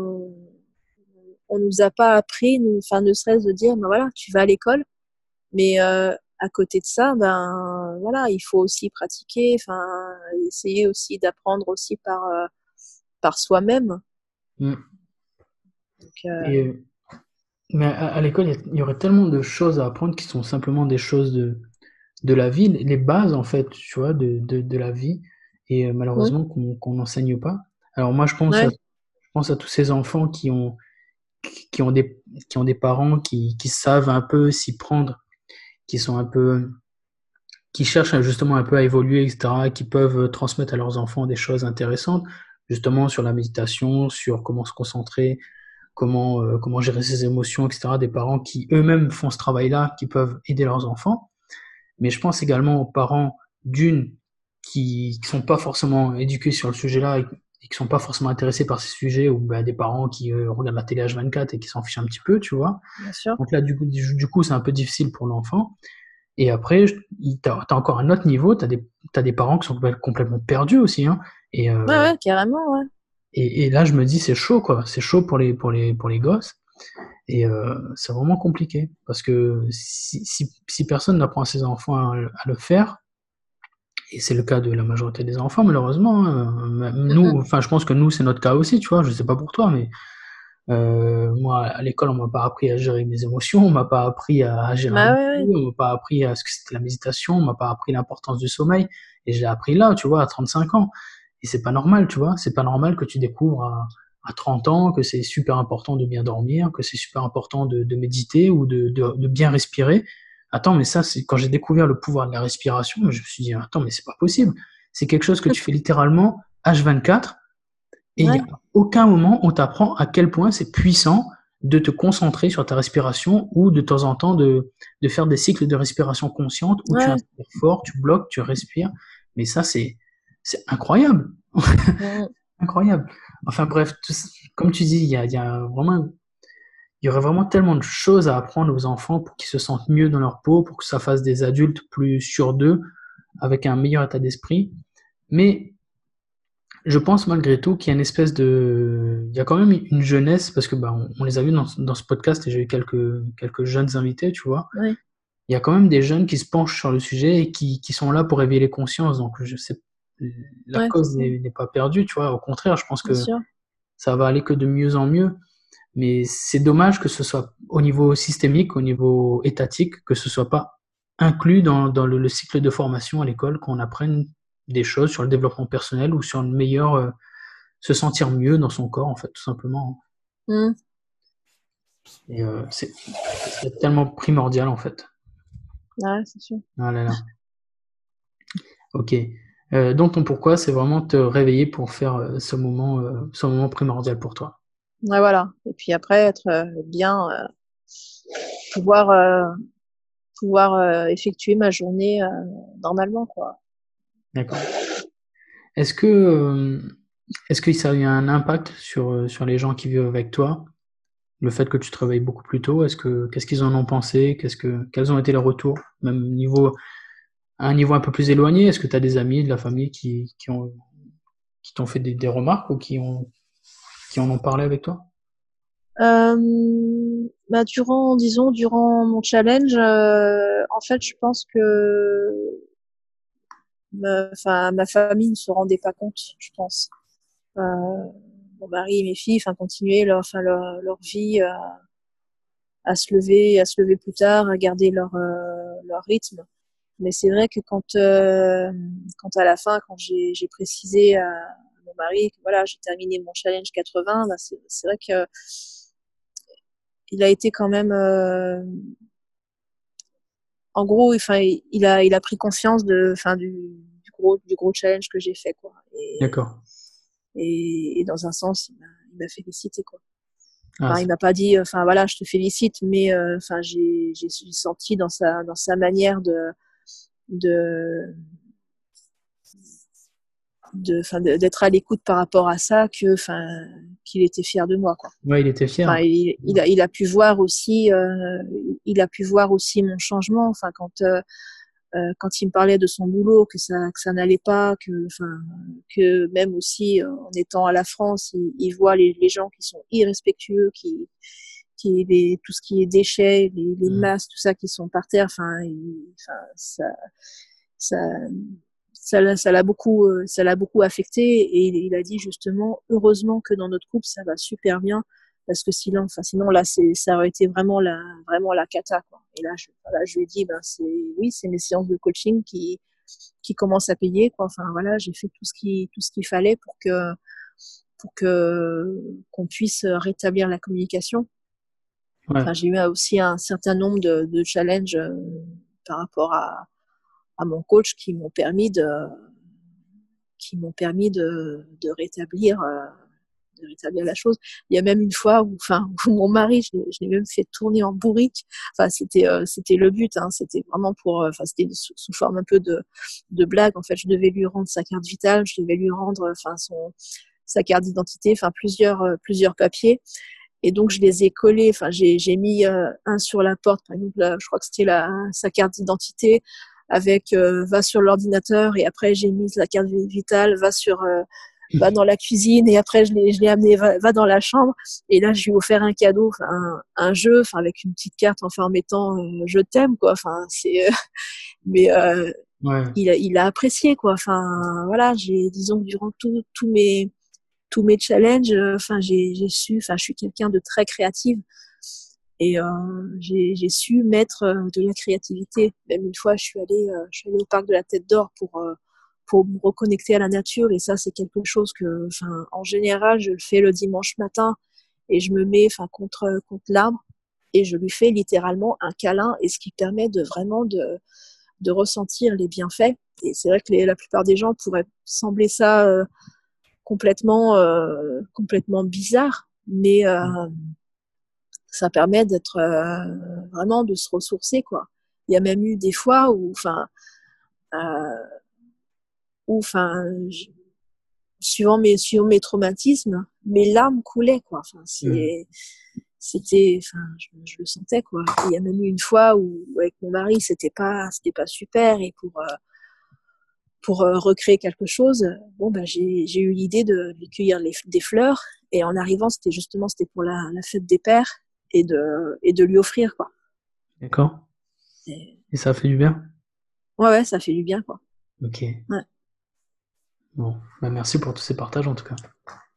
on nous a pas appris, enfin, ne serait-ce de dire, ben voilà, tu vas à l'école, mais à côté de ça, ben voilà, il faut aussi pratiquer, enfin, essayer aussi d'apprendre aussi par soi-même. Mm. Donc, Et, mais à l'école, il y aurait tellement de choses à apprendre qui sont simplement des choses de la vie, les bases en fait, tu vois, de la vie, et mm, malheureusement qu'on n'enseigne pas. Alors moi, ouais, je pense à tous ces enfants qui ont qui ont des parents qui savent un peu s'y prendre, qui sont un peu, qui cherchent justement un peu à évoluer, etc., qui peuvent transmettre à leurs enfants des choses intéressantes, justement sur la méditation, sur comment se concentrer, comment gérer ses émotions, etc., des parents qui eux-mêmes font ce travail-là, qui peuvent aider leurs enfants. Mais je pense également aux parents d'une qui sont pas forcément éduqués sur le sujet-là et qui sont pas forcément intéressés par ces sujets, ou bah, des parents qui regardent la télé H24 et qui s'en fichent un petit peu, tu vois. bien sûr. Donc là, du coup, c'est un peu difficile pour l'enfant. Et après, t'as encore un autre niveau, t'as des parents qui sont complètement perdus aussi, hein. Et, Ouais, ouais, carrément, ouais. et là, je me dis, c'est chaud, quoi. C'est chaud pour les gosses. Et c'est vraiment compliqué. Parce que si personne n'apprend à ses enfants à le faire, et c'est le cas de la majorité des enfants, malheureusement, hein, même Mm, nous, mm. enfin, je pense que nous, c'est notre cas aussi, tu vois. Je sais pas pour toi, mais moi, à l'école, on m'a pas appris à gérer mes émotions, on m'a pas appris à gérer un Bah ouais, budget, ouais. on m'a pas appris à ce que c'était la méditation, on m'a pas appris l'importance du sommeil. Et je l'ai appris là, tu vois, à 35 ans. Et c'est pas normal, tu vois. C'est pas normal que tu découvres à 30 ans que c'est super important de bien dormir, que c'est super important de méditer ou de bien respirer. Attends, mais ça, c'est quand j'ai découvert le pouvoir de la respiration, je me suis dit, attends, mais c'est pas possible. C'est quelque chose que tu fais littéralement H24 et il n'y a Ouais, aucun moment où on t'apprend à quel point c'est puissant de te concentrer sur ta respiration ou de temps en temps de faire des cycles de respiration consciente où tu ouais. inspires fort, tu bloques, tu respires. Mais ça, c'est incroyable. Mm. Incroyable. Enfin bref, comme tu dis, il y a vraiment, il y aurait vraiment tellement de choses à apprendre aux enfants pour qu'ils se sentent mieux dans leur peau, pour que ça fasse des adultes plus sûrs d'eux, avec un meilleur état d'esprit. Mais je pense malgré tout qu'il y a une espèce de... Il y a quand même une jeunesse, parce que bah, on les a vus dans ce podcast et j'ai eu quelques jeunes invités, tu vois. Ouais. il y a quand même des jeunes qui se penchent sur le sujet et qui sont là pour éveiller les consciences. Donc, je sais, la Ouais, c'est cause ça, n'est pas perdue, tu vois. Au contraire, je pense bien que sûr. ça va aller que de mieux en mieux. Mais c'est dommage que ce soit au niveau systémique, au niveau étatique, que ce soit pas inclus dans le cycle de formation à l'école, qu'on apprenne des choses sur le développement personnel ou sur le meilleur, se sentir mieux dans son corps, en fait, tout simplement. Mm. Et c'est tellement primordial, en fait. Ouais, c'est sûr. Ah là là. Ok. Donc ton pourquoi, c'est vraiment te réveiller pour faire ce moment primordial pour toi. Ouais, voilà. Et puis après, être bien, pouvoir, effectuer ma journée normalement, quoi. D'accord. Est-ce que, euh, est-ce que ça a eu un impact sur les gens qui vivent avec toi, le fait que tu te réveilles beaucoup plus tôt? Qu'est-ce qu'ils en ont pensé? Quels ont été les retours? Même à un niveau un peu plus éloigné, est-ce que tu as des amis, de la famille qui t'ont fait des remarques ou qui en ont parlé avec toi? Bah, durant mon challenge, en fait, je pense que ma famille ne se rendait pas compte, je pense. Euh, Mon mari et mes filles, continuaient leur vie à se lever plus tard, à garder leur rythme. Mais c'est vrai que quand à la fin, quand j'ai précisé à mon mari que voilà, j'ai terminé mon challenge 80, bah c'est vrai que il a été quand même, en gros, il a pris conscience du gros challenge que j'ai fait, quoi. D'accord. Et dans un sens, il m'a félicité, quoi. Ah, Enfin, il m'a pas dit, voilà, je te félicite, mais j'ai senti dans sa manière de, d'être à l'écoute par rapport à ça qu'il était fier de moi, quoi. ouais, il était Enfin, fier. il a pu voir aussi, il a pu voir aussi mon changement. Quand il me parlait de son boulot, que ça n'allait pas, que même aussi en étant à la France, il voit les gens qui sont irrespectueux, tout ce qui est déchets, les Mm. masses, tout ça qui sont par terre. Ça, ça l'a beaucoup affecté, et il a dit justement, heureusement que dans notre couple ça va super bien, parce que sinon là ça aurait été vraiment la cata, quoi. Et là je lui ai dit, ben c'est mes séances de coaching qui commencent à payer, quoi. Enfin voilà, j'ai fait tout ce qu'il fallait pour que qu'on puisse rétablir la communication. Ouais. Enfin, j'ai eu aussi un certain nombre de challenges par rapport à mon coach qui m'ont permis de rétablir la chose. Il y a même une fois où mon mari, je l'ai même fait tourner en bourrique. Enfin, c'était le but, hein. C'était vraiment c'était sous forme un peu de blague. En fait, je devais lui rendre sa carte vitale, je devais lui rendre, sa carte d'identité, plusieurs papiers. Et donc, je les ai collés. Enfin, j'ai mis un sur la porte, par exemple, là, je crois que c'était sa carte d'identité, avec va sur l'ordinateur, et après j'ai mis la carte vitale, va dans la cuisine, et après je l'ai amené, va dans la chambre. Et là, je lui ai offert un cadeau, un jeu, avec une petite carte, en mettant je t'aime, quoi. Mais Ouais. il a apprécié, quoi. Enfin, voilà, disons que durant tous mes challenges, j'ai su, je suis quelqu'un de très créative, et j'ai su mettre de la créativité. Même une fois, je suis allée au parc de la Tête d'Or pour me reconnecter à la nature, et ça, c'est quelque chose que, en général, je le fais le dimanche matin, et je me mets, contre l'arbre, et je lui fais littéralement un câlin, et ce qui permet de vraiment de ressentir les bienfaits. Et c'est vrai que la plupart des gens pourraient sembler ça complètement bizarre, mais ça permet d'être vraiment de se ressourcer, quoi. Il y a même eu des fois euh, où suivant mes traumatismes, mes larmes coulaient, quoi. Mm. Je le sentais, quoi. Il y a même eu une fois où avec mon mari, c'était pas super, et pour recréer quelque chose, bon, bah, j'ai eu l'idée de lui cueillir des fleurs, et en arrivant, c'était pour la fête des pères, et de lui offrir, quoi. D'accord. Et ça a fait du bien? ouais, ça fait du bien, quoi. Ok. Ouais. Bon, merci pour tous ces partages en tout cas.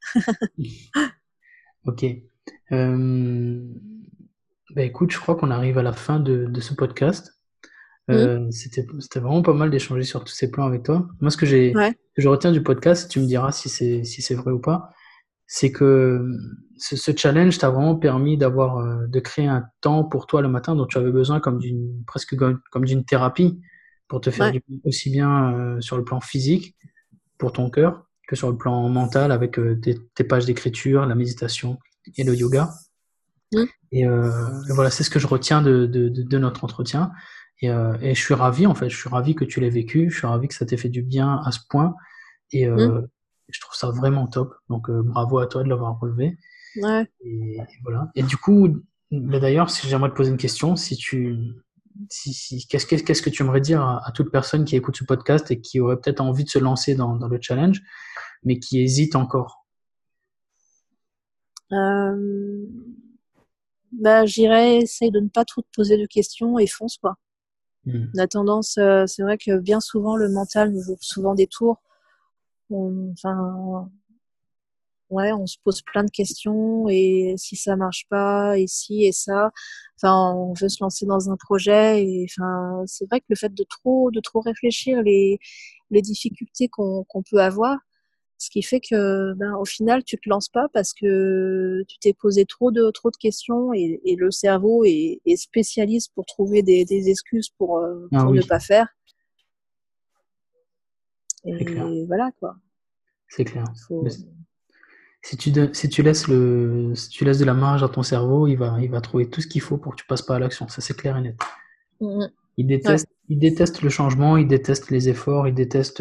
Ok. Écoute, je crois qu'on arrive à la fin de ce podcast. Mmh. C'était vraiment pas mal d'échanger sur tous ces plans avec toi. Moi, ce que Ouais, je retiens du podcast, tu me diras si c'est vrai ou pas, c'est que ce challenge t'a vraiment permis de créer un temps pour toi le matin dont tu avais besoin presque comme d'une thérapie pour te faire ouais. du bien, aussi bien sur le plan physique pour ton cœur que sur le plan mental avec tes pages d'écriture, la méditation et le yoga. Mmh. Et voilà, c'est ce que je retiens de notre entretien. Et je suis ravi, en fait, je suis ravi que tu l'aies vécu, je suis ravi que ça t'ait fait du bien à ce point. Et Mmh. je trouve ça vraiment top. Donc, bravo à toi de l'avoir relevé. Ouais. Et voilà. Et du coup, d'ailleurs, si j'aimerais te poser une question, qu'est-ce que tu aimerais dire à toute personne qui écoute ce podcast et qui aurait peut-être envie de se lancer dans le challenge, mais qui hésite encore? Je dirais, essaye de ne pas trop te poser de questions et fonce, quoi. On a tendance, c'est vrai que bien souvent, le mental nous joue souvent des tours. Enfin, ouais, on se pose plein de questions et si ça marche pas et si et ça. Enfin, on veut se lancer dans un projet et enfin, c'est vrai que le fait de trop réfléchir les difficultés qu'on peut avoir, ce qui fait que, au final, tu te lances pas parce que tu t'es posé trop de questions et le cerveau est spécialiste pour trouver des excuses Ah pour ne oui, pas faire. c'est clair, Et voilà, quoi. c'est clair. Mais Faut... si tu laisses de la marge à ton cerveau, il va trouver tout ce qu'il faut pour que tu passes pas à l'action. Ça, c'est clair et net. Mhm. Ouais, Il déteste le changement, il déteste les efforts,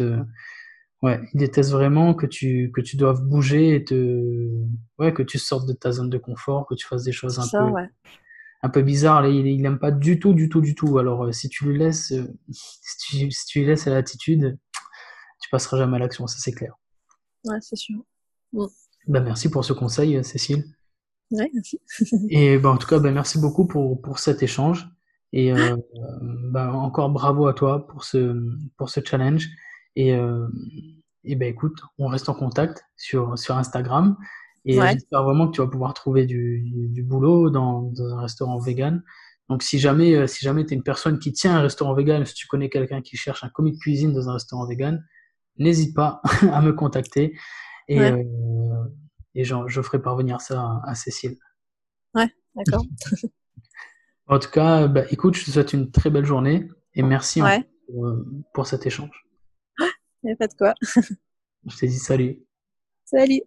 il déteste vraiment que tu doives bouger ouais, que tu sortes de ta zone de confort, que tu fasses des choses c'est ça, ouais. un peu bizarres. Là, il aime pas du tout, du tout, du tout. Alors, si tu lui laisses, si tu lui laisses la latitude, tu passeras jamais à l'action. Ça, c'est clair. Ouais, c'est sûr. Mm. Merci pour ce conseil, Cécile. Ouais, merci. Et en tout cas, merci beaucoup pour cet échange. Et encore bravo à toi pour ce challenge. Et, euh, écoute, on reste en contact sur Instagram. Et Ouais, j'espère vraiment que tu vas pouvoir trouver du boulot dans un restaurant vegan. Donc, si jamais tu es une personne qui tient un restaurant vegan, si tu connais quelqu'un qui cherche un commis de cuisine dans un restaurant vegan, n'hésite pas à me contacter. Et, ouais, euh, je ferai parvenir ça à Cécile. ouais, d'accord. En tout cas, écoute, je te souhaite une très belle journée et merci encore Ouais, pour cet échange. y a pas de quoi. Je te dis salut. Salut.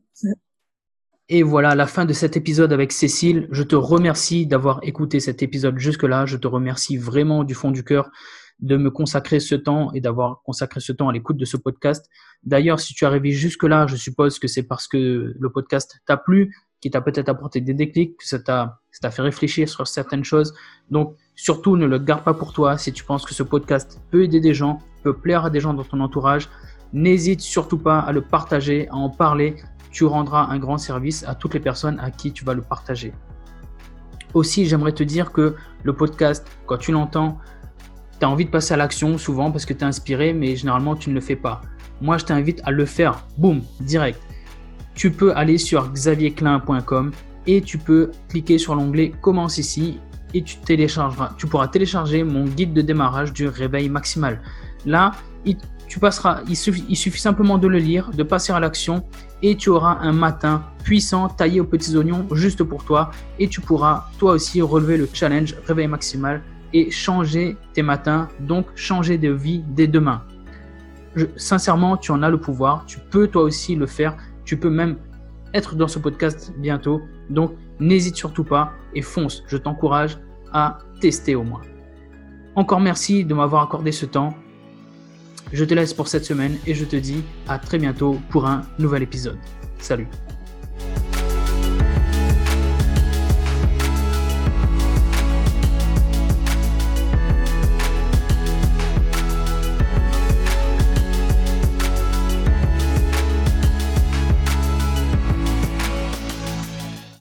Et voilà la fin de cet épisode avec Cécile. Je te remercie d'avoir écouté cet épisode jusque-là. Je te remercie vraiment du fond du cœur de me consacrer ce temps et d'avoir consacré ce temps à l'écoute de ce podcast. D'ailleurs, si tu es arrivé jusque-là, je suppose que c'est parce que le podcast t'a plu, qui t'a peut-être apporté des déclics, que ça t'a fait réfléchir sur certaines choses. Donc, surtout, ne le garde pas pour toi. Si tu penses que ce podcast peut aider des gens, peut plaire à des gens dans ton entourage, n'hésite surtout pas à le partager, à en parler. Tu rendras un grand service à toutes les personnes à qui tu vas le partager. Aussi, j'aimerais te dire que le podcast, quand tu l'entends, tu as envie de passer à l'action souvent parce que tu es inspiré, mais généralement, tu ne le fais pas. Moi, je t'invite à le faire, boum, direct. Tu peux aller sur xavierclin.com et tu peux cliquer sur l'onglet « Commence ici » et tu pourras télécharger mon guide de démarrage du réveil maximal. Là, il suffit simplement de le lire, de passer à l'action et tu auras un matin puissant taillé aux petits oignons juste pour toi et tu pourras toi aussi relever le challenge réveil maximal et changer tes matins, donc changer de vie dès demain. Sincèrement, tu en as le pouvoir, tu peux toi aussi le faire, tu peux même être dans ce podcast bientôt, donc n'hésite surtout pas et fonce, je t'encourage à tester au moins. Encore merci de m'avoir accordé ce temps. Je te laisse pour cette semaine et je te dis à très bientôt pour un nouvel épisode. Salut!